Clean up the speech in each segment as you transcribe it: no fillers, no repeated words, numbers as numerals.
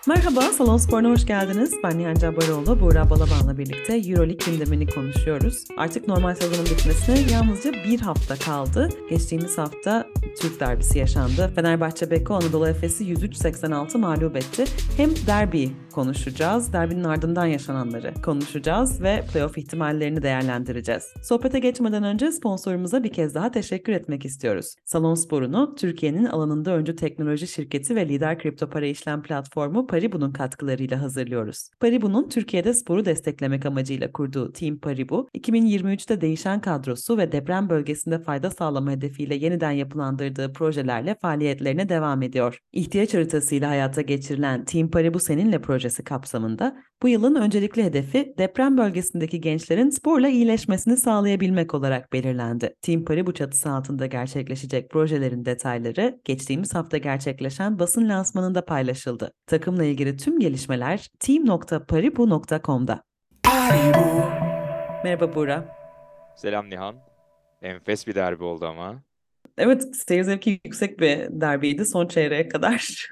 Merhaba, Salon Spor'una hoş geldiniz. Ben Nihan Cabbaroğlu, Buğra Balaban'la birlikte Euroleague gündemini konuşuyoruz. Artık normal sezonun bitmesine yalnızca bir hafta kaldı. Geçtiğimiz hafta Türk derbisi yaşandı. Fenerbahçe Beko Anadolu Efes'i 103-86 mağlup etti. Hem derbi konuşacağız, derbinin ardından yaşananları konuşacağız ve playoff ihtimallerini değerlendireceğiz. Sohbete geçmeden önce sponsorumuza bir kez daha teşekkür etmek istiyoruz. Salon Spor'unu Türkiye'nin alanında öncü teknoloji şirketi ve lider kripto para işlem platformu Paribu'nun katkılarıyla hazırlıyoruz. Paribu'nun Türkiye'de sporu desteklemek amacıyla kurduğu Team Paribu, 2023'te değişen kadrosu ve deprem bölgesinde fayda sağlama hedefiyle yeniden yapılandırdığı projelerle faaliyetlerine devam ediyor. İhtiyaç haritasıyla hayata geçirilen Team Paribu Seninle projesi kapsamında bu yılın öncelikli hedefi deprem bölgesindeki gençlerin sporla iyileşmesini sağlayabilmek olarak belirlendi. Team Paribu çatısı altında gerçekleşecek projelerin detayları geçtiğimiz hafta gerçekleşen basın lansmanında paylaşıldı. Takımla ilgili tüm gelişmeler team.paribu.com'da. Merhaba Buğra. Selam Nihan. Enfes bir derbi oldu ama. Evet, seyir zevki yüksek bir derbiydi son çeyreğe kadar.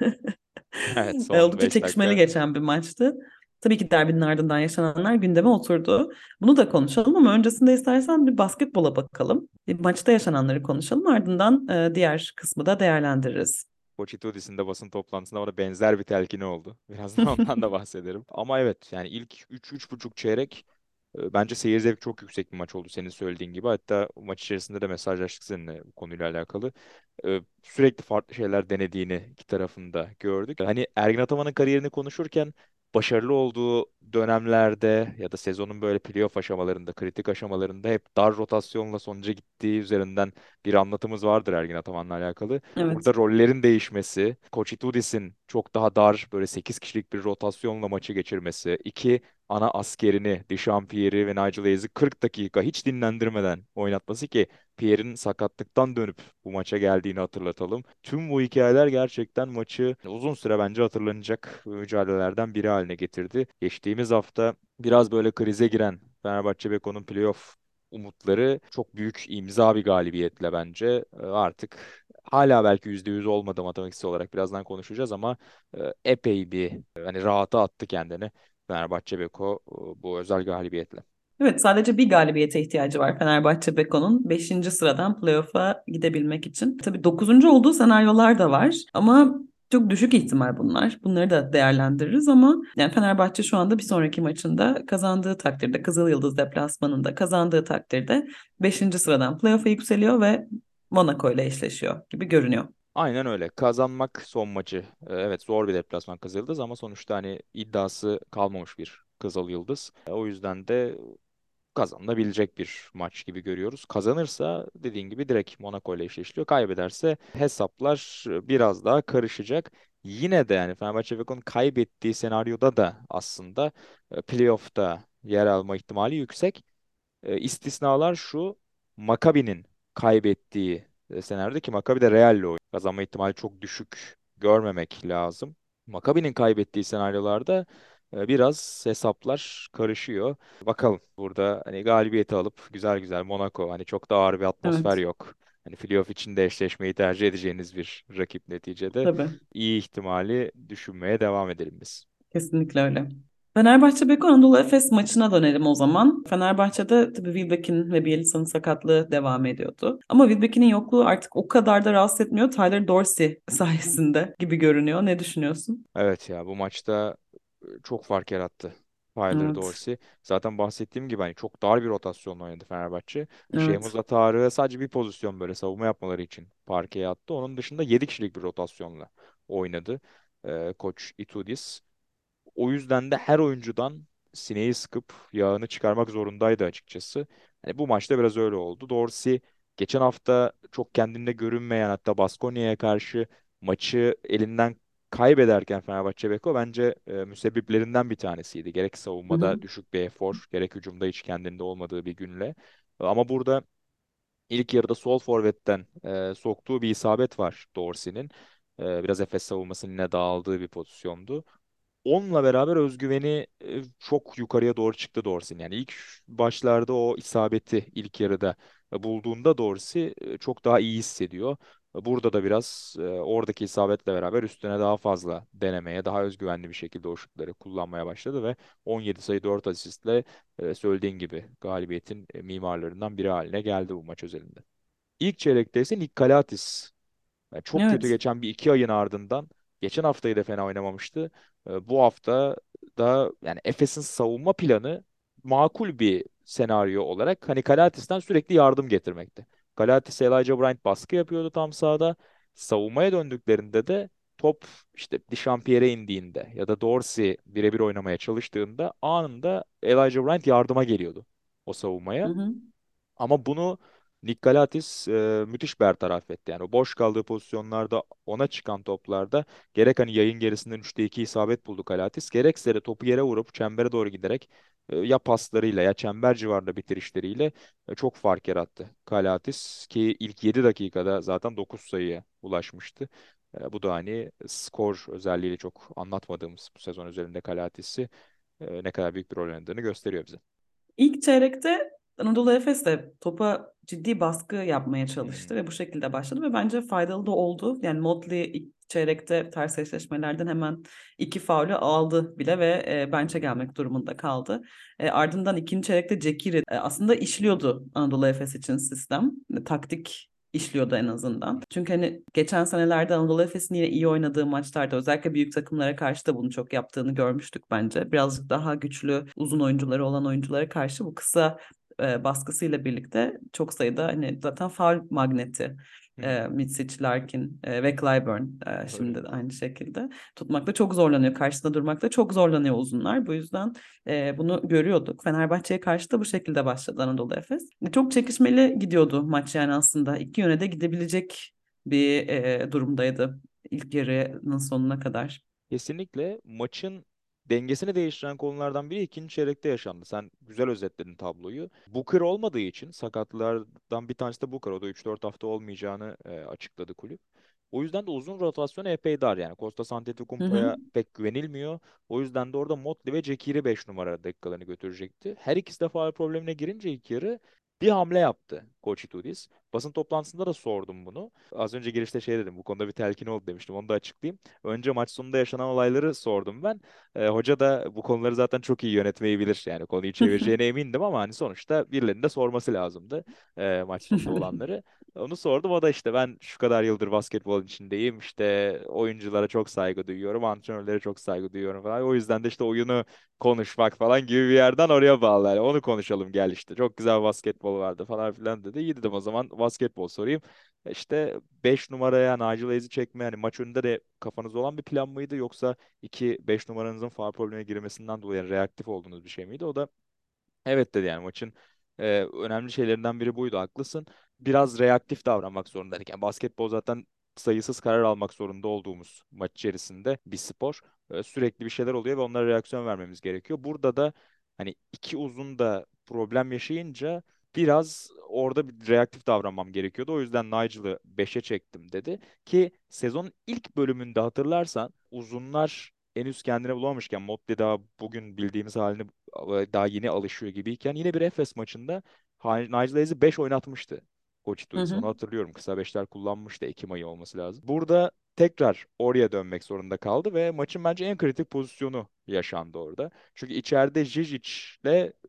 Evet, son Oldukça 5 çekişmeli dakika. geçen bir maçtı. Tabii ki derbinin ardından yaşananlar gündeme oturdu. Bunu da konuşalım ama öncesinde istersen bir basketbola bakalım. Bir maçta yaşananları konuşalım, ardından diğer kısmı da değerlendiririz. Koç Itudis'in de basın toplantısında bana benzer bir telkini oldu. Birazdan ondan da bahsederim. Ama evet yani ilk 3-3,5 çeyrek bence seyir zevki çok yüksek bir maç oldu senin söylediğin gibi. Hatta maç içerisinde de mesajlaştık seninle bu konuyla alakalı. Sürekli farklı şeyler denediğini iki tarafında gördük. Hani Ergin Ataman'ın kariyerini konuşurken başarılı olduğu dönemlerde ya da sezonun böyle playoff aşamalarında, kritik aşamalarında hep dar rotasyonla sonuca gittiği üzerinden bir anlatımız vardır Ergin Ataman'la alakalı. Evet, Burada rollerin değişmesi, Koç Itudis'in çok daha dar böyle 8 kişilik bir rotasyonla maçı geçirmesi, iki ana askerini Dechampierre'i ve Nigel Hayes'i 40 dakika hiç dinlendirmeden oynatması ki Pierre'in sakatlıktan dönüp bu maça geldiğini hatırlatalım. Tüm bu hikayeler gerçekten maçı uzun süre bence hatırlanacak mücadelelerden biri haline getirdi. Geçtiğimiz hafta biraz böyle krize giren Fenerbahçe Beko'nun playoff umutları çok büyük imza bir galibiyetle bence artık hala belki %100 olmadı matematiksel olarak birazdan konuşacağız ama epey bir hani rahata attı kendini Fenerbahçe Beko bu özel galibiyetle. evet, sadece bir galibiyete ihtiyacı var Fenerbahçe Beko'nun beşinci sıradan playoff'a gidebilmek için. Tabii dokuzuncu olduğu senaryolar da var ama çok düşük ihtimal bunlar. Bunları da değerlendiririz ama yani Fenerbahçe şu anda bir sonraki maçında kazandığı takdirde, Kızılyıldız deplasmanında kazandığı takdirde beşinci sıradan playoff'a yükseliyor ve Monaco ile eşleşiyor gibi görünüyor. Aynen öyle. Kazanmak son maçı. Evet zor bir deplasman Kızılyıldız ama sonuçta hani iddiası kalmamış bir Kızıl Yıldız. O yüzden de kazanılabilecek bir maç gibi görüyoruz. Kazanırsa dediğin gibi direkt Monaco ile eşleşiyor. Kaybederse hesaplar biraz daha karışacak. Yine de yani Fenerbahçe Beko'nun kaybettiği senaryoda da aslında playoff'ta yer alma ihtimali yüksek. İstisnalar şu. Maccabi'nin kaybettiği senaryoda ki Maccabi de Real'le oynuyor. Kazanma ihtimali çok düşük görmemek lazım. Maccabi'nin kaybettiği senaryolarda biraz hesaplar karışıyor. Bakalım burada hani galibiyeti alıp güzel güzel Monaco hani çok da ağır bir atmosfer Evet, yok. Hani playoff için de eşleşmeyi tercih edeceğiniz bir rakip neticede. tabii. İyi ihtimali düşünmeye devam edelim biz. Kesinlikle öyle. Fenerbahçe Beko Anadolu Efes maçına dönelim o zaman. Fenerbahçe'de tabii Wilbeck'in ve Bielitsa'nın sakatlığı devam ediyordu. Ama Wilbeck'in yokluğu artık o kadar da rahatsız etmiyor. Tyler Dorsey sayesinde gibi görünüyor. Ne düşünüyorsun? Evet ya bu maçta çok fark yarattı. Tyler Evet, Dorsey. Zaten bahsettiğim gibi hani çok dar bir rotasyonla oynadı Fenerbahçe. evet. Şehmuz'la Tarık'ı sadece bir pozisyon böyle savunma yapmaları için parkeye attı. Onun dışında 7 kişilik bir rotasyonla oynadı Koç Itudis. O yüzden de her oyuncudan sineği sıkıp yağını çıkarmak zorundaydı açıkçası. Hani bu maçta biraz öyle oldu. Dorsey geçen hafta çok kendinde görünmeyen hatta Baskonya'ya karşı maçı elinden kaybederken Fenerbahçe Beko bence müsebbiplerinden bir tanesiydi. Gerek Hı hı. savunmada düşük bir efor, gerek hücumda hiç kendinde olmadığı bir günle. Ama burada ilk yarıda sol forvetten soktuğu bir isabet var Dorsey'nin. Biraz Efes savunmasının yine dağıldığı bir pozisyondu. Onunla beraber özgüveni çok yukarıya doğru çıktı Dorsey'nin. Yani ilk başlarda o isabeti ilk yarıda bulduğunda Dorsey çok daha iyi hissediyor. Burada da biraz oradaki isabetle beraber üstüne daha fazla denemeye, daha özgüvenli bir şekilde o şutları kullanmaya başladı ve 17 sayı 4 asistle söylediğin gibi galibiyetin mimarlarından biri haline geldi bu maç özelinde. İlk çeyrekte ise Nick Kalatis, yani çok kötü Evet. geçen bir iki ayın ardından geçen haftayı da fena oynamamıştı. Bu hafta da yani Efes'in savunma planı makul bir senaryo olarak hani Kalatis'ten sürekli yardım getirmekte. Kalatis Elijah Bryant baskı yapıyordu tam sahada. Savunmaya döndüklerinde de top işte Dişampierre'e indiğinde ya da Dorsey birebir oynamaya çalıştığında anında Elijah Bryant yardıma geliyordu o Hı savunmaya. hı. Ama bunu Nick Galatis müthiş bertaraf etti. Yani o boş kaldığı pozisyonlarda ona çıkan toplarda gerek hani yayın gerisinden 3'te 2 isabet buldu Galatis. Gerekse de topu yere vurup çembere doğru giderek ya paslarıyla ya çember civarında bitirişleriyle çok fark yarattı Galatis ki ilk 7 dakikada zaten 9 sayıya ulaşmıştı. Bu da hani skor özelliğiyle çok anlatmadığımız bu sezon üzerinde Galatis'i ne kadar büyük bir rol oynadığını gösteriyor bize. İlk çeyrekte Anadolu Efes de topa ciddi baskı yapmaya Hı çalıştı hı. ve bu şekilde başladı ve bence faydalı da oldu. Yani Motley ilk çeyrekte ters eşleşmelerden hemen iki faulü aldı bile ve bench'e gelmek durumunda kaldı. Ardından ikinci çeyrekte Cekiri aslında işliyordu Anadolu Efes için sistem. Taktik işliyordu en azından. Çünkü hani geçen senelerde Anadolu Efes'in yine iyi oynadığı maçlarda özellikle büyük takımlara karşı da bunu çok yaptığını görmüştük bence. Birazcık daha güçlü uzun oyuncuları olan oyunculara karşı bu kısa baskısıyla birlikte çok sayıda hani zaten faul magneti Hı hı. Mitsic, Larkin ve Clyburn Öyle. şimdi de aynı şekilde tutmakta çok zorlanıyor. Karşısında durmakta çok zorlanıyor uzunlar. Bu yüzden bunu görüyorduk. Fenerbahçe'ye karşı da bu şekilde başladı Anadolu Efes. Çok çekişmeli gidiyordu maç yani aslında. İki yöne de gidebilecek bir durumdaydı ilk yarının sonuna kadar. Kesinlikle maçın dengesini değiştiren konulardan biri ikinci çeyrekte yaşandı. Sen güzel özetledin tabloyu. Booker olmadığı için sakatlılardan bir tanesi de Booker. O da 3-4 hafta olmayacağını açıkladı kulüp. O yüzden de uzun rotasyonu epey dar yani. Costa Hı hı. Antetokounmpo'ya pek güvenilmiyor. O yüzden de orada Motley ve Jekiri 5 numara dakikalarını götürecekti. Her ikisi de faul problemine girince ilk yarı bir hamle yaptı Koç Itudis. Basın toplantısında da sordum bunu. Az önce girişte şey dedim, bu konuda bir telkin oldu demiştim. Onu da açıklayayım. Önce maç sonunda yaşanan olayları sordum ben. Hoca da bu konuları zaten çok iyi yönetmeyi bilir. Yani konuyu çevireceğine emindim ama hani sonuçta birilerinin de sorması lazımdı maç sonunda olanları. Onu sordum. O da işte ben şu kadar yıldır basketbol içindeyim. İşte oyunculara çok saygı duyuyorum. Antrenörlere çok saygı duyuyorum falan. O yüzden de işte oyunu konuşmak falan gibi bir yerden oraya bağlı. Yani onu konuşalım gel işte. Çok güzel basketbol vardı falan filan dedi. İyi dedim o zaman basketbol sorayım. İşte 5 numaraya Nigel Hayes'i çekme yani maç önünde de kafanızda olan bir plan mıydı yoksa 5 numaranızın faul problemine girmesinden dolayı yani reaktif olduğunuz bir şey miydi? O da evet dedi yani maçın önemli şeylerinden biri buydu. Haklısın. Biraz reaktif davranmak zorundaydık. Yani basketbol zaten sayısız karar almak zorunda olduğumuz maç içerisinde bir spor. Sürekli bir şeyler oluyor ve onlara reaksiyon vermemiz gerekiyor. Burada da hani iki uzun da problem yaşayınca biraz orada bir reaktif davranmam gerekiyordu. O yüzden Nigel'ı 5'e çektim dedi. Ki sezonun ilk bölümünde hatırlarsan uzunlar henüz kendine bulamamışken Motley daha bugün bildiğimiz halini daha yeni alışıyor gibiyken yine bir Efes maçında Nigel Hayes'i 5 oynatmıştı Koç Hı Ito'yu. hı. Onu hatırlıyorum. Kısa beşler kullanmıştı. Ekim ayı olması lazım. Burada tekrar oraya dönmek zorunda kaldı ve maçın bence en kritik pozisyonu yaşandı orada. Çünkü içeride Žižić'le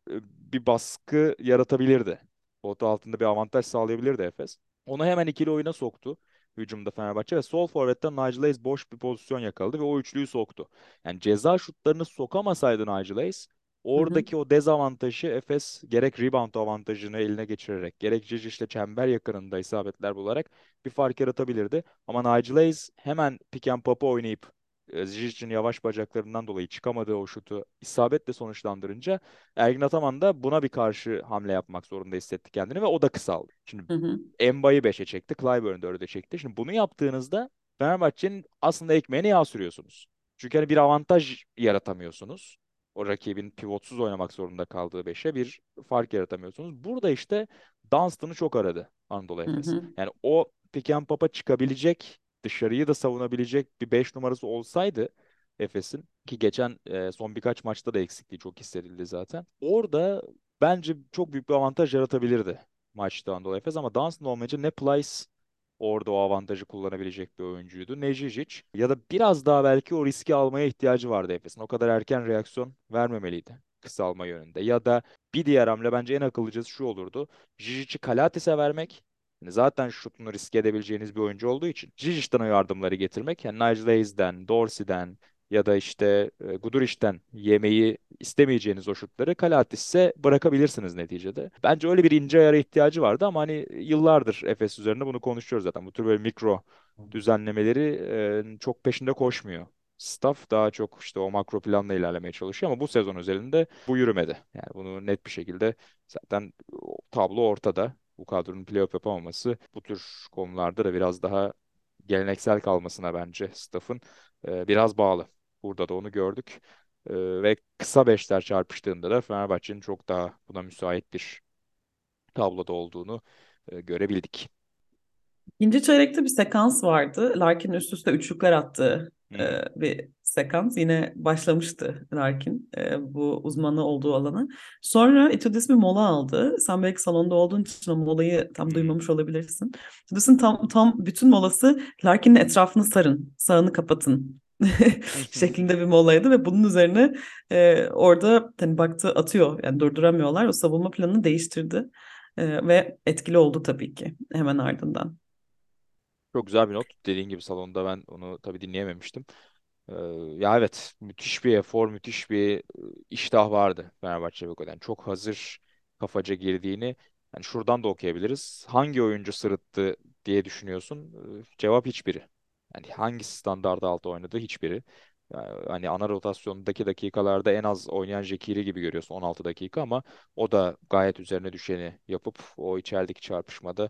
bir baskı yaratabilirdi. Potu altında bir avantaj sağlayabilirdi Efes. Onu hemen ikili oyuna soktu hücumda Fenerbahçe ve sol forvetten Nigel Hayes boş bir pozisyon yakaladı ve o üçlüyü soktu. Yani ceza şutlarını sokamasaydı Nigel Hayes Hı hı. oradaki o dezavantajı Efes gerek rebound avantajını eline geçirerek gerek Cicic'le çember yakınında isabetler bularak bir fark yaratabilirdi. Ama Nigel Hayes hemen pick and pop'a oynayıp Cicic'in yavaş bacaklarından dolayı çıkamadığı o şutu isabetle sonuçlandırınca Ergin Ataman da buna bir karşı hamle yapmak zorunda hissetti kendini ve o da kısaldı. Şimdi Hı hı. Emba'yı 5'e çekti, Clyburn'u 4'e çekti. Şimdi bunu yaptığınızda Fenerbahçe'nin aslında ekmeğine yağ sürüyorsunuz. Çünkü hani bir avantaj yaratamıyorsunuz. O rakibin pivotsuz oynamak zorunda kaldığı beşe bir fark yaratamıyorsunuz. Burada işte Dunstan'ı çok aradı Anadolu Hı Efes. hı. Yani o pick and pop'a çıkabilecek, dışarıyı da savunabilecek bir 5 numarası olsaydı Efes'in ki geçen son birkaç maçta da eksikliği çok hissedildi zaten. Orada bence çok büyük bir avantaj yaratabilirdi maçta Anadolu Efes ama Dunstan olmayınca ne Plyce orada o avantajı kullanabilecek bir oyuncuydu. Ne Žižić ya da biraz daha belki o riski almaya ihtiyacı vardı Efes'in. O kadar erken reaksiyon vermemeliydi kısalma yönünde. Ya da bir diğer hamle bence en akıllıcası şu olurdu. Žižić'i Kalates'e vermek. Yani zaten şutunu riske edebileceğiniz bir oyuncu olduğu için Žižić'ten o yardımları getirmek. Yani Nigel Hayes'den, Dorsey'den ya da işte Guduric'ten yemeyi istemeyeceğiniz o şutları Kalates'e bırakabilirsiniz neticede. Bence öyle bir ince ayara ihtiyacı vardı ama hani yıllardır Efes üzerinde bunu konuşuyoruz zaten. Bu tür böyle mikro düzenlemeleri çok peşinde koşmuyor. Staff daha çok işte o makro planla ilerlemeye çalışıyor ama bu sezon özelinde bu yürümedi. Yani bunu net bir şekilde zaten o tablo ortada. Bu kadronun playoff yapamaması bu tür konularda da biraz daha geleneksel kalmasına bence staff'ın biraz bağlı. Burada da onu gördük. Ve kısa beşler çarpıştığında da Fenerbahçe'nin çok daha buna müsait bir tabloda olduğunu görebildik. İkinci çeyrekte bir sekans vardı. Larkin üst üste üçlükler attığı Hı hı. bir sekans. Yine başlamıştı Larkin bu uzmanı olduğu alanı. Sonra Itudis bir mola aldı. Sen belki salonda olduğun için o molayı Hı tam hı. duymamış olabilirsin. Itudis'in tam bütün molası Larkin'in etrafını sarın, sağını kapatın şeklinde bir molaydı ve bunun üzerine orada hani baktı atıyor yani durduramıyorlar. O savunma planını değiştirdi. Ve etkili oldu tabii ki hemen ardından. Çok güzel bir not. Dediğin gibi salonda ben onu tabii dinleyememiştim. Ee, Ya evet, müthiş bir efor, müthiş bir iştah vardı Fenerbahçe Beko'dan. Çok hazır kafaca girdiğini yani şuradan da okuyabiliriz. Hangi oyuncu sırıttı diye düşünüyorsun? Cevap hiçbiri. Yani hangisi standart altı oynadı? Hiçbiri. Yani hani ana rotasyondaki dakikalarda en az oynayan Jekiri gibi görüyorsun 16 dakika ama o da gayet üzerine düşeni yapıp o içerideki çarpışmada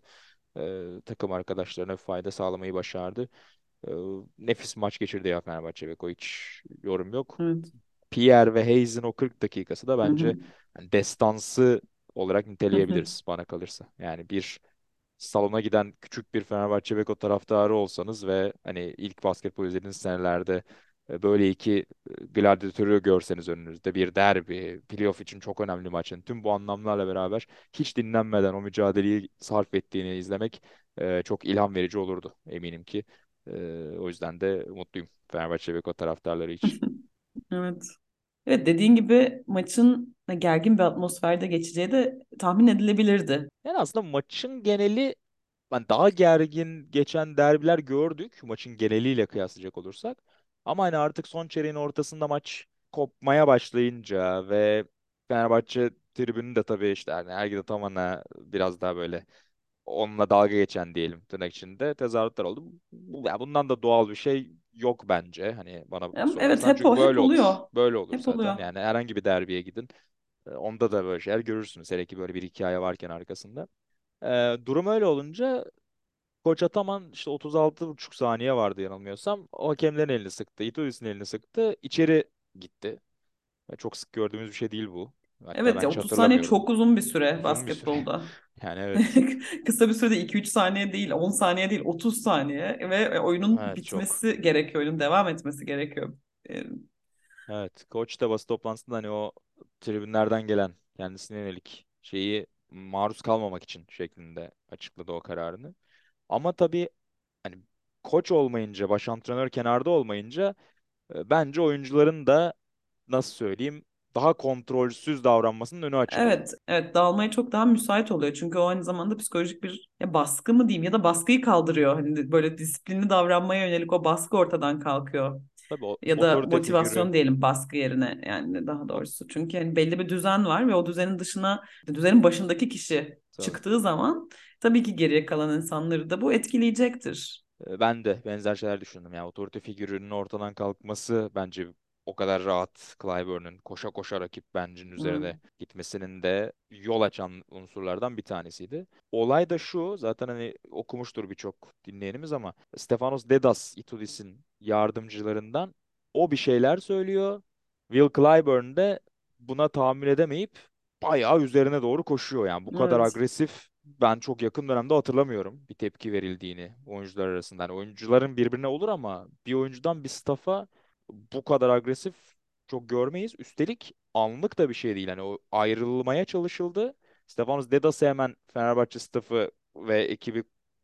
takım arkadaşlarına bir fayda sağlamayı başardı. Ee, Nefis maç geçirdi ya Fenerbahçe Beko, hiç yorum yok. Evet. Pierre ve Hayes'in o 40 dakikası da Hı bence hı. hani destansı olarak Hı hı. niteleyebiliriz bana kalırsa. Yani bir salona giden küçük bir Fenerbahçe Beko taraftarı olsanız ve hani ilk basketbol izlediğiniz senelerde böyle iki gladyatörü görseniz önünüzde, bir derbi, playoff için çok önemli maçın tüm bu anlamlarla beraber hiç dinlenmeden o mücadeleyi sarf ettiğini izlemek çok ilham verici olurdu eminim ki. O yüzden de mutluyum Fenerbahçe Beko taraftarları için. Evet. Evet dediğin gibi maçın gergin bir atmosferde geçeceği de tahmin edilebilirdi. Yani aslında maçın geneli, ben daha gergin geçen derbiler gördük maçın geneliyle kıyaslayacak olursak. Ama hani artık son çeyreğin ortasında maç kopmaya başlayınca ve Fenerbahçe tribünü de tabii işte yani Ergin Ataman'a biraz daha böyle onunla dalga geçen diyelim tırnak içinde tezahüratlar oldu. Ya bundan da doğal bir şey yok bence hani bana Evet sorarsan. Çünkü hep böyle olur. oluyor. Böyle olur Hep zaten. oluyor. Yani herhangi bir derbiye gidin. Onda da böyle şeyler görürsünüz. Hele ki böyle bir hikaye varken arkasında. Durum öyle olunca Koç Ataman işte 36,5 saniye vardı yanılmıyorsam. O hakemlerin elini sıktı. Ito'S'un elini sıktı. İçeri gitti. Çok sık gördüğümüz bir şey değil bu. Hatta Evet ben ya hiç 30 saniye hatırlamıyorum. çok uzun bir süre Uzun bir süre. basketbolda. Yani evet. Kısa bir sürede 2-3 saniye değil, 10 saniye değil, 30 saniye ve oyunun Evet çok. bitmesi gerekiyor, oyunun devam etmesi gerekiyor. Ee, Evet. Koç da basın toplantısında hani o tribünlerden gelen kendisine yönelik şeyi maruz kalmamak için şeklinde açıkladı o kararını. Ama tabii hani koç olmayınca, baş antrenör kenarda olmayınca bence oyuncuların da nasıl söyleyeyim daha kontrolsüz davranmasının önü açılıyor. Evet, evet dağılmaya çok daha müsait oluyor. Çünkü o aynı zamanda psikolojik bir baskı mı diyeyim ya da baskıyı kaldırıyor. Hani böyle disiplinli davranmaya yönelik o baskı ortadan kalkıyor. Tabii o Ya da otorite figürü motivasyon diyelim baskı yerine yani daha o, doğrusu. Çünkü hani belli bir düzen var ve o düzenin dışına düzenin başındaki kişi tabii. çıktığı zaman tabii ki geriye kalan insanları da bu etkileyecektir. Ben de benzer şeyler düşündüm. Yani otorite figürünün ortadan kalkması bence o kadar rahat Clyburn'un koşa koşa rakip bencin Hı. üzerine gitmesinin de yol açan unsurlardan bir tanesiydi. Olay da şu, zaten hani okumuştur birçok dinleyenimiz ama Stefanos Dedas Itudis'in yardımcılarından o bir şeyler söylüyor. Will Clyburn de buna tahammül edemeyip bayağı üzerine doğru koşuyor. Yani bu kadar Evet. agresif ben çok yakın dönemde hatırlamıyorum bir tepki verildiğini oyuncular arasında. Yani oyuncuların birbirine olur ama bir oyuncudan bir staff'a bu kadar agresif çok görmeyiz. Üstelik anlık da bir şey değil. Yani o ayrılmaya çalışıldı. Stefanos Dedas'ı hemen Fenerbahçe staff'ı ve ekibi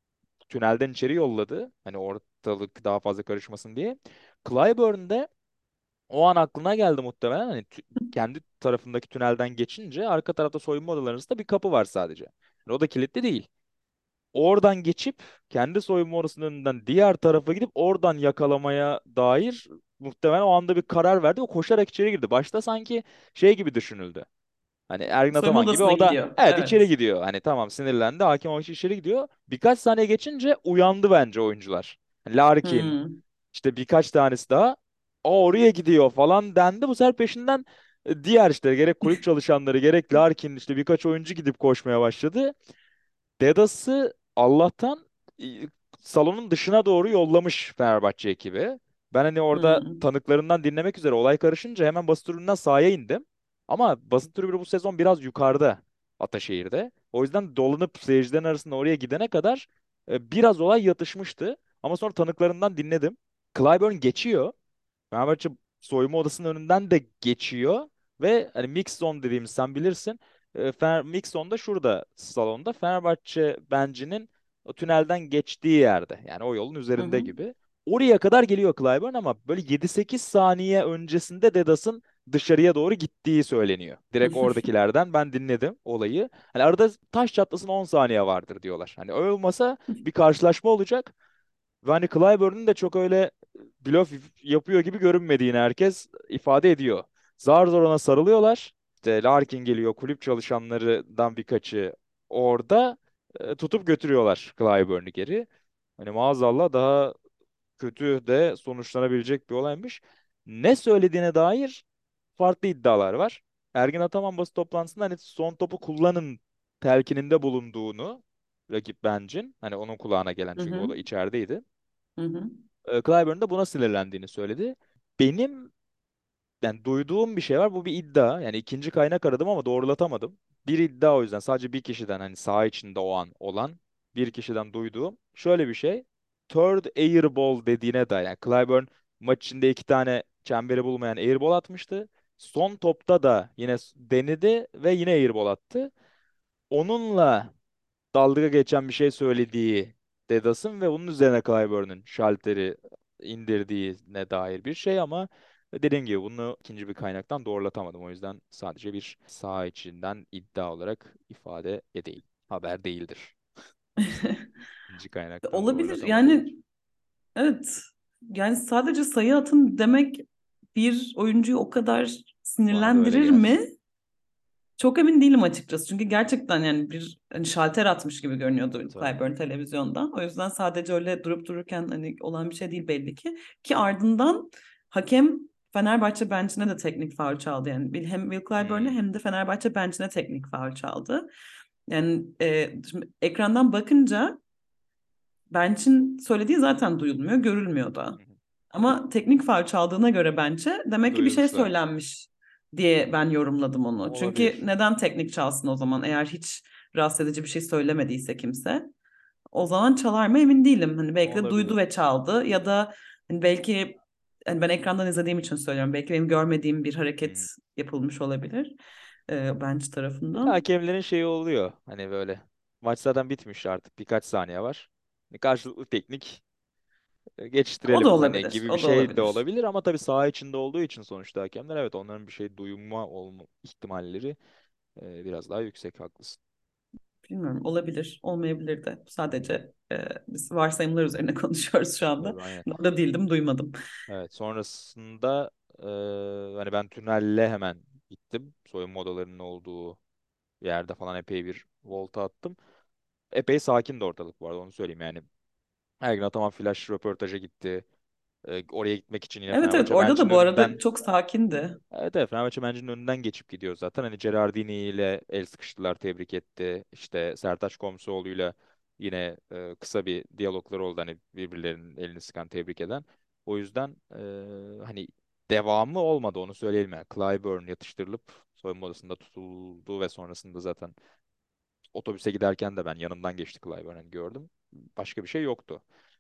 tünelden içeri yolladı. Hani ortalık daha fazla karışmasın diye. Clyburn de o an aklına geldi muhtemelen. Hani kendi tarafındaki tünelden geçince arka tarafta soyunma odaları arasında bir kapı var sadece. Yani o da kilitli değil. Oradan geçip kendi soyunma odasının önünden diğer tarafa gidip oradan yakalamaya dair muhtemelen o anda bir karar verdi. O koşarak içeri girdi. Başta sanki şey gibi düşünüldü. Hani Ergin Soyunma Ataman gibi odasına o da gidiyor. evet içeri Evet. gidiyor. Hani tamam sinirlendi. Hakim o içeri gidiyor. Birkaç saniye geçince uyandı bence oyuncular. Larkin Hmm. işte birkaç tanesi daha oraya gidiyor falan dendi. Bu sefer peşinden diğer işte gerek kulüp çalışanları gerek Larkin işte birkaç oyuncu gidip koşmaya başladı. Dedas'ı Allah'tan e, salonun dışına doğru yollamış Fenerbahçe ekibi. Ben hani orada Hmm. tanıklarından dinlemek üzere olay karışınca hemen basın tribününden sahaya indim. Ama basın tribünü bu sezon biraz yukarıda Ataşehir'de. O yüzden dolanıp seyircilerin arasında oraya gidene kadar biraz olay yatışmıştı. Ama sonra tanıklarından dinledim. Clyburn geçiyor. Fenerbahçe soyunma odasının önünden de geçiyor ve hani mix zone dediğimiz sen bilirsin. Mix zone da şurada salonda Fenerbahçe bencinin o tünelden geçtiği yerde. Yani o yolun Hı üzerinde hı. gibi. Oraya kadar geliyor Clyburn ama böyle 7-8 saniye öncesinde Dedas'ın dışarıya doğru gittiği söyleniyor. Direkt oradakilerden ben dinledim olayı. Hani arada taş çatlasın 10 saniye vardır diyorlar. Hani öyle olmasa bir karşılaşma olacak. Ve hani Clyburn'un de çok öyle blöf yapıyor gibi görünmediğini herkes ifade ediyor. Zar zor ona sarılıyorlar. İşte Larkin geliyor, kulüp çalışanlarından birkaçı orada tutup götürüyorlar Clyburn'u geri. Hani maazallah daha kötü de sonuçlanabilecek bir olaymış. Ne söylediğine dair farklı iddialar var. Ergin Ataman basın toplantısında hani son topu kullanın telkininde bulunduğunu rakip bencin hani onun kulağına gelen Hı çünkü o hı. da içerideydi. Hı hı. Clyburn da buna sinirlendiğini söyledi. Benim yani duyduğum bir şey var. Bu bir iddia. Yani ikinci kaynak aradım ama doğrulatamadım. Bir iddia o yüzden sadece bir kişiden hani saha içinde o an olan bir kişiden duyduğum şöyle bir şey. Third airball dediğine dair. Yani Clyburn maç içinde iki tane çemberi bulmayan airball atmıştı. Son topta da yine denedi ve yine airball attı. Onunla dalga geçen bir şey söylediği Dedas'ın ve onun üzerine Clyburn'un şalteri indirdiğine dair bir şey ama dediğim gibi bunu ikinci bir kaynaktan doğrulatamadım. O yüzden sadece bir saha içinden iddia olarak ifade edeyim. Haber değildir. İkinci kaynaktan Olabilir. doğrulatamadığım Yani için. evet. Yani sadece sayı atın demek bir oyuncuyu o kadar Bana da öyle sinirlendirir geldi. mi? Çok emin değilim açıkçası. Çünkü gerçekten yani bir hani şalter atmış gibi görünüyordu Tabii. Clyburn televizyonda. O yüzden sadece öyle durup dururken hani olan bir şey değil belli ki. Ki ardından hakem Fenerbahçe bench'ine de teknik faul çaldı. Yani hem Will Clyburn'e Hmm. hem de Fenerbahçe bench'ine teknik faul çaldı. Yani şimdi ekrandan bakınca bench'in söylediği zaten duyulmuyor, görülmüyor da. Hı hı. Ama teknik faul çaldığına göre bence demek ki bir şey Duymuşlar. söylenmiş diye ben yorumladım onu. Çünkü Olabilir. neden teknik çalsın o zaman eğer hiç rahatsız edici bir şey söylemediyse kimse. O zaman çalar mı emin değilim. Hani belki de duydu Olabilir. ve çaldı ya da hani belki hani ben ekrandan izlediğim için söylüyorum. Belki benim görmediğim bir Hı hareket hı. yapılmış olabilir bench Bir de tarafından. hakemlerin şeyi oluyor. Hani böyle maç zaten bitmiş artık birkaç saniye var. Karşılıklı teknik O da geçiştirelim hani olabilir. gibi bir O da şey de olabilir. olabilir ama tabii saha içinde olduğu için sonuçta hakemler evet onların bir şey duyma olma ihtimalleri biraz daha yüksek haklısın. Bilmiyorum, olabilir, olmayabilir de. Sadece biz varsayımlar üzerine konuşuyoruz şu anda. Tabii aynen. Orada değildim, duymadım. Evet sonrasında hani ben tünelle hemen gittim. Soyunma odalarının olduğu yerde falan epey bir volta attım. Epey sakin de ortalık bu arada onu söyleyeyim yani. Her gün Ataman flash röportaja gitti. Oraya gitmek için yine Evet evet, Fenerbahçe orada bencinin da bu arada önünden çok sakindi. evet, evet Fenerbahçe bencinin önünden geçip gidiyor zaten. Hani Gerardini ile el sıkıştılar, tebrik etti. İşte Sertaç Komsoğlu'yla yine kısa bir diyalogları oldu. Hani birbirlerinin elini sıkan, tebrik eden. O yüzden hani devamı olmadı onu söyleyelim. Yani Clyburn yatıştırılıp soyunma odasında tutuldu ve sonrasında zaten otobüse giderken de ben yanından geçti Clyburn hani gördüm. Başka bir şey yoktu.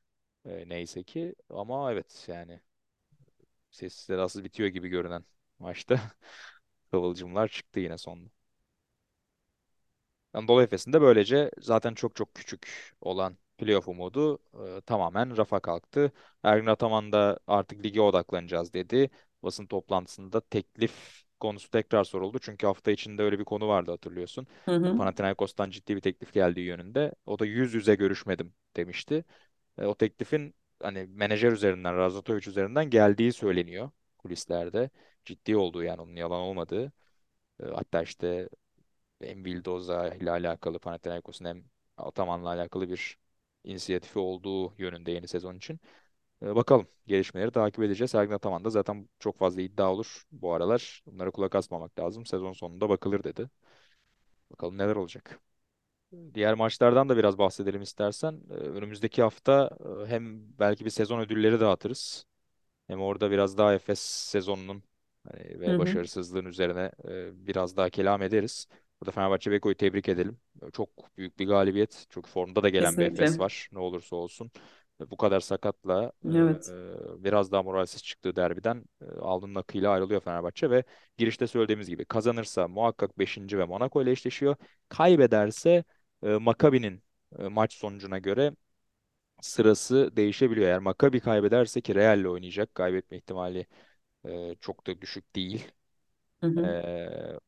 Neyse ki ama evet yani sessiz sedasız bitiyor gibi görünen maçta kıvılcımlar çıktı yine sonunda. Anadolu Efes'in de böylece zaten çok çok küçük olan Playoff umudu tamamen rafa kalktı. Ergin Ataman da artık lige odaklanacağız dedi. Basın toplantısında teklif konusu tekrar soruldu. Çünkü hafta içinde öyle bir konu vardı, hatırlıyorsun. Hı hı. Panathinaikos'tan ciddi bir teklif geldiği yönünde. O da yüz yüze görüşmedim demişti. O teklifin hani menajer üzerinden, Razatovic üzerinden geldiği söyleniyor kulislerde. Ciddi olduğu, yani onun yalan olmadığı. Hatta işte hem Vildoza ile alakalı, Panathinaikos'un hem Ataman'la alakalı bir inisiyatifi olduğu yönünde yeni sezon için. Bakalım, gelişmeleri takip edeceğiz. Ergin Ataman da zaten çok fazla iddia olur bu aralar. Bunlara kulak asmamak lazım. Sezon sonunda bakılır dedi. Bakalım neler olacak. Diğer maçlardan da biraz bahsedelim istersen. Önümüzdeki hafta hem belki bir sezon ödülleri dağıtırız. Hem orada biraz daha Efes sezonunun hani Hı ve hı. başarısızlığın üzerine biraz daha kelam ederiz. Burada Fenerbahçe Beko'yu tebrik edelim. Çok büyük bir galibiyet. Çok formda da gelen bir Efes Kesinlikle. var. Ne olursa olsun. Bu kadar sakatla Evet. biraz daha moralsiz çıktığı derbiden alnının akıyla ayrılıyor Fenerbahçe ve girişte söylediğimiz gibi kazanırsa muhakkak beşinci ve Monaco ile eşleşiyor. Kaybederse Maccabi'nin maç sonucuna göre sırası değişebiliyor. Eğer Maccabi kaybederse, ki Real'le oynayacak, kaybetme ihtimali çok da düşük değil. Hı hı. E,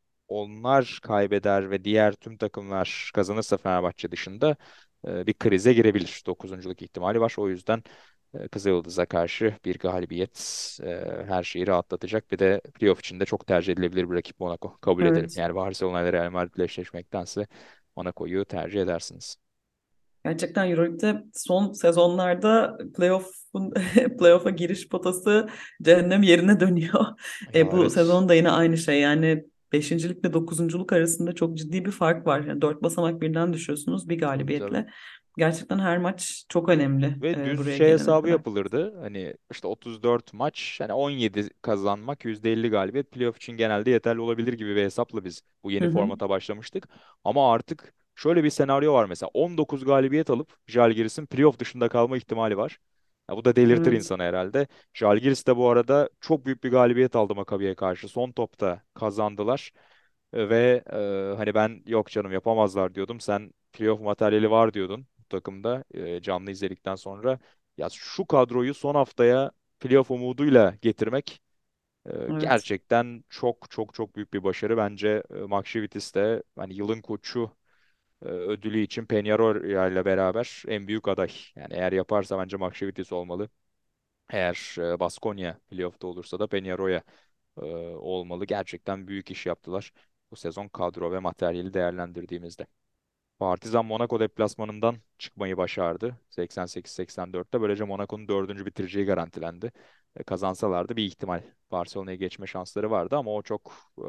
Onlar kaybeder ve diğer tüm takımlar kazanırsa Fenerbahçe dışında bir krize girebilir. Dokuzunculuk ihtimali var. O yüzden Kızılyıldız'a karşı bir galibiyet her şeyi rahatlatacak. Bir de playoff için de çok tercih edilebilir bir rakip Monaco. Kabul edelim. Evet. Yani Barcelona ile Real Madrid ile eşleşmektense Monaco'yu tercih edersiniz. Gerçekten Euroleague'de son sezonlarda playoff'a giriş potası cehennem yerine dönüyor. Ya Bu evet. sezon da yine aynı şey. Yani beşincilikle dokuzunculuk arasında çok ciddi bir fark var. Yani 4 basamak birden düşüyorsunuz bir Tabii tabii. galibiyetle. Gerçekten her maç çok önemli Ve düz buraya şey gelene hesabı kadar. yapılırdı. Hani işte 34 maç, yani 17 kazanmak, %50 galibiyet playoff için genelde yeterli olabilir gibi bir hesapla biz bu Hı yeni hı. formata başlamıştık. Ama artık şöyle bir senaryo var mesela: 19 galibiyet alıp Žalgiris'in playoff dışında kalma ihtimali var. Ya bu da delirtir Evet. insanı herhalde. Žalgiris de bu arada çok büyük bir galibiyet aldı Maccabi'ye karşı. Son topta kazandılar. Ve hani ben yok canım yapamazlar diyordum. Sen playoff materyali var diyordun bu takımda canlı izledikten sonra. Ya şu kadroyu son haftaya playoff umuduyla getirmek Evet. gerçekten çok çok çok büyük bir başarı. Bence Makševitis de hani yılın koçu ödülü için Peñarol ile beraber en büyük aday. Yani eğer yaparsa bence Makševitis olmalı. Eğer Baskonya playoff'ta olursa da Peñarol'a olmalı. Gerçekten büyük iş yaptılar bu sezon kadro ve materyali değerlendirdiğimizde. Partizan Monaco deplasmanından çıkmayı başardı 88-84'te. Böylece Monaco'nun dördüncü bitireceği garantilendi. Kazansalardı bir ihtimal Barcelona'ya geçme şansları vardı ama o çok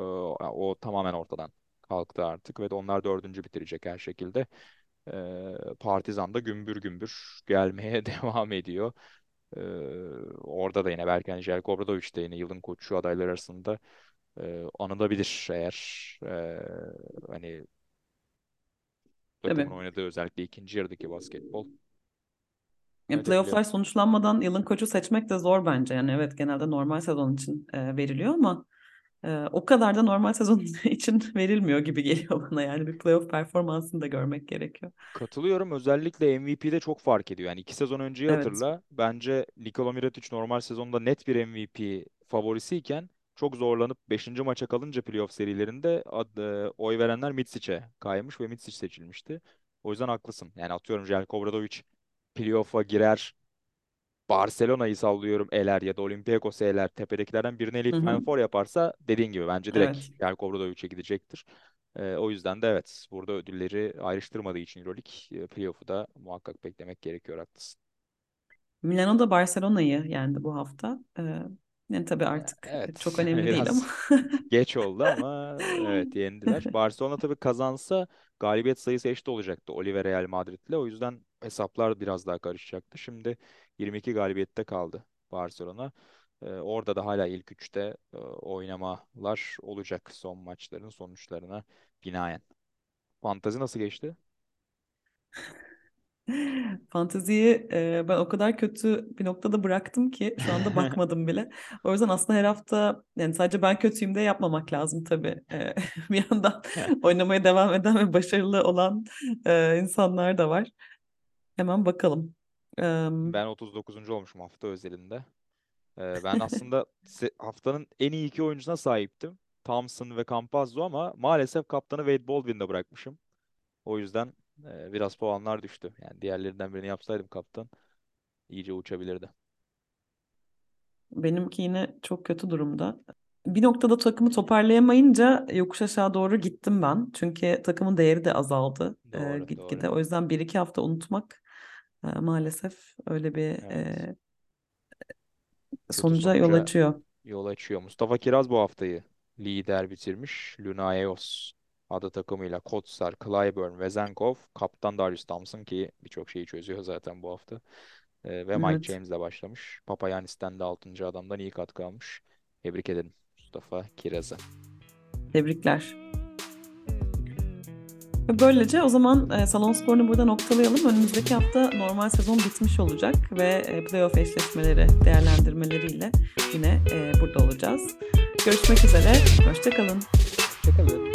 o tamamen ortadan kalktı artık ve de onlar dördüncü bitirecek her şekilde. Partizan da gümbür gümbür gelmeye devam ediyor. Ee, Orada da yine Berkan Jelkobradovic de yine yılın koçu adayları arasında anılabilir eğer hani takımın Tabii. oynadığı özellikle ikinci yarıdaki basketbol edebiliyor. Playoff'lar sonuçlanmadan yılın koçu seçmek de zor bence. Yani evet, genelde normal sezon için veriliyor ama o kadar da normal sezon için verilmiyor gibi geliyor bana. Yani bir playoff performansını da görmek gerekiyor. Katılıyorum. Özellikle MVP'de çok fark ediyor. Yani 2 sezon önceyi Evet. hatırla. Bence Nikola Mirotic normal sezonda net bir MVP favorisiyken çok zorlanıp beşinci maça kalınca playoff serilerinde oy verenler Mitsic'e kaymış ve Mitsic seçilmişti. O yüzden haklısın. Yani atıyorum Jelko Obradovic playoff'a girer, Barcelona'yı sallıyorum eler ya da Olympiakos'u eler, tepedekilerden birini Hı eleyip Final hı. Four yaparsa dediğin gibi bence direkt Evet. Jelko Obradovic'e gidecektir. O yüzden de evet, burada ödülleri ayrıştırmadığı için EuroLeague playoff'u da muhakkak beklemek gerekiyor, haklısın. Milano da Barcelona'yı yendi bu hafta. Yani tabii artık çok Evet, önemli değil ama. biraz geç oldu ama evet, yendiler. Barcelona tabii kazansa galibiyet sayısı eşit olacaktı Oliver Real Madrid'le. O yüzden hesaplar biraz daha karışacaktı. Şimdi 22 galibiyette kaldı Barcelona. Orada da hala ilk üçte oynamalar olacak son maçların sonuçlarına binaen. Fantazi nasıl geçti? Fanteziyi ben o kadar kötü bir noktada bıraktım ki şu anda bakmadım bile. O yüzden aslında her hafta, yani sadece ben kötüyüm de yapmamak lazım tabii. Bir yandan oynamaya devam eden ve başarılı olan insanlar da var. Hemen bakalım. Eee, Ben 39. olmuşum hafta özelinde. Ben aslında haftanın en iyi iki oyuncusuna sahiptim. Thompson ve Campazzo ama maalesef kaptanı Wade Baldwin'de bırakmışım. O yüzden biraz puanlar düştü. Yani diğerlerinden birini yapsaydım kaptan iyice uçabilirdi. Benimki yine çok kötü durumda. Bir noktada takımı toparlayamayınca yokuş aşağı doğru gittim ben. Çünkü takımın değeri de azaldı Doğru, doğru. gitgide. O yüzden bir iki hafta unutmak maalesef öyle bir Evet. Kötü sonuca yol sonuca açıyor. yol açıyor. Mustafa Kiraz bu haftayı lider bitirmiş. Lunaeos adı takımıyla Kotsar, Clyburn, Vezenkov, kaptan Darius Thompson ki birçok şeyi çözüyor zaten bu hafta. Ve Mike Evet. James'le başlamış. Papayannis'ten de 6. adamdan iyi katkı almış. Tebrik ederim Mustafa Kiraz'ı. Tebrikler. Ve böylece o zaman Salon Spor'unu burada noktalayalım. Önümüzdeki hafta normal sezon bitmiş olacak ve playoff eşleşmeleri değerlendirmeleriyle yine burada olacağız. Görüşmek üzere. Hoşça kalın. Hoşçakalın.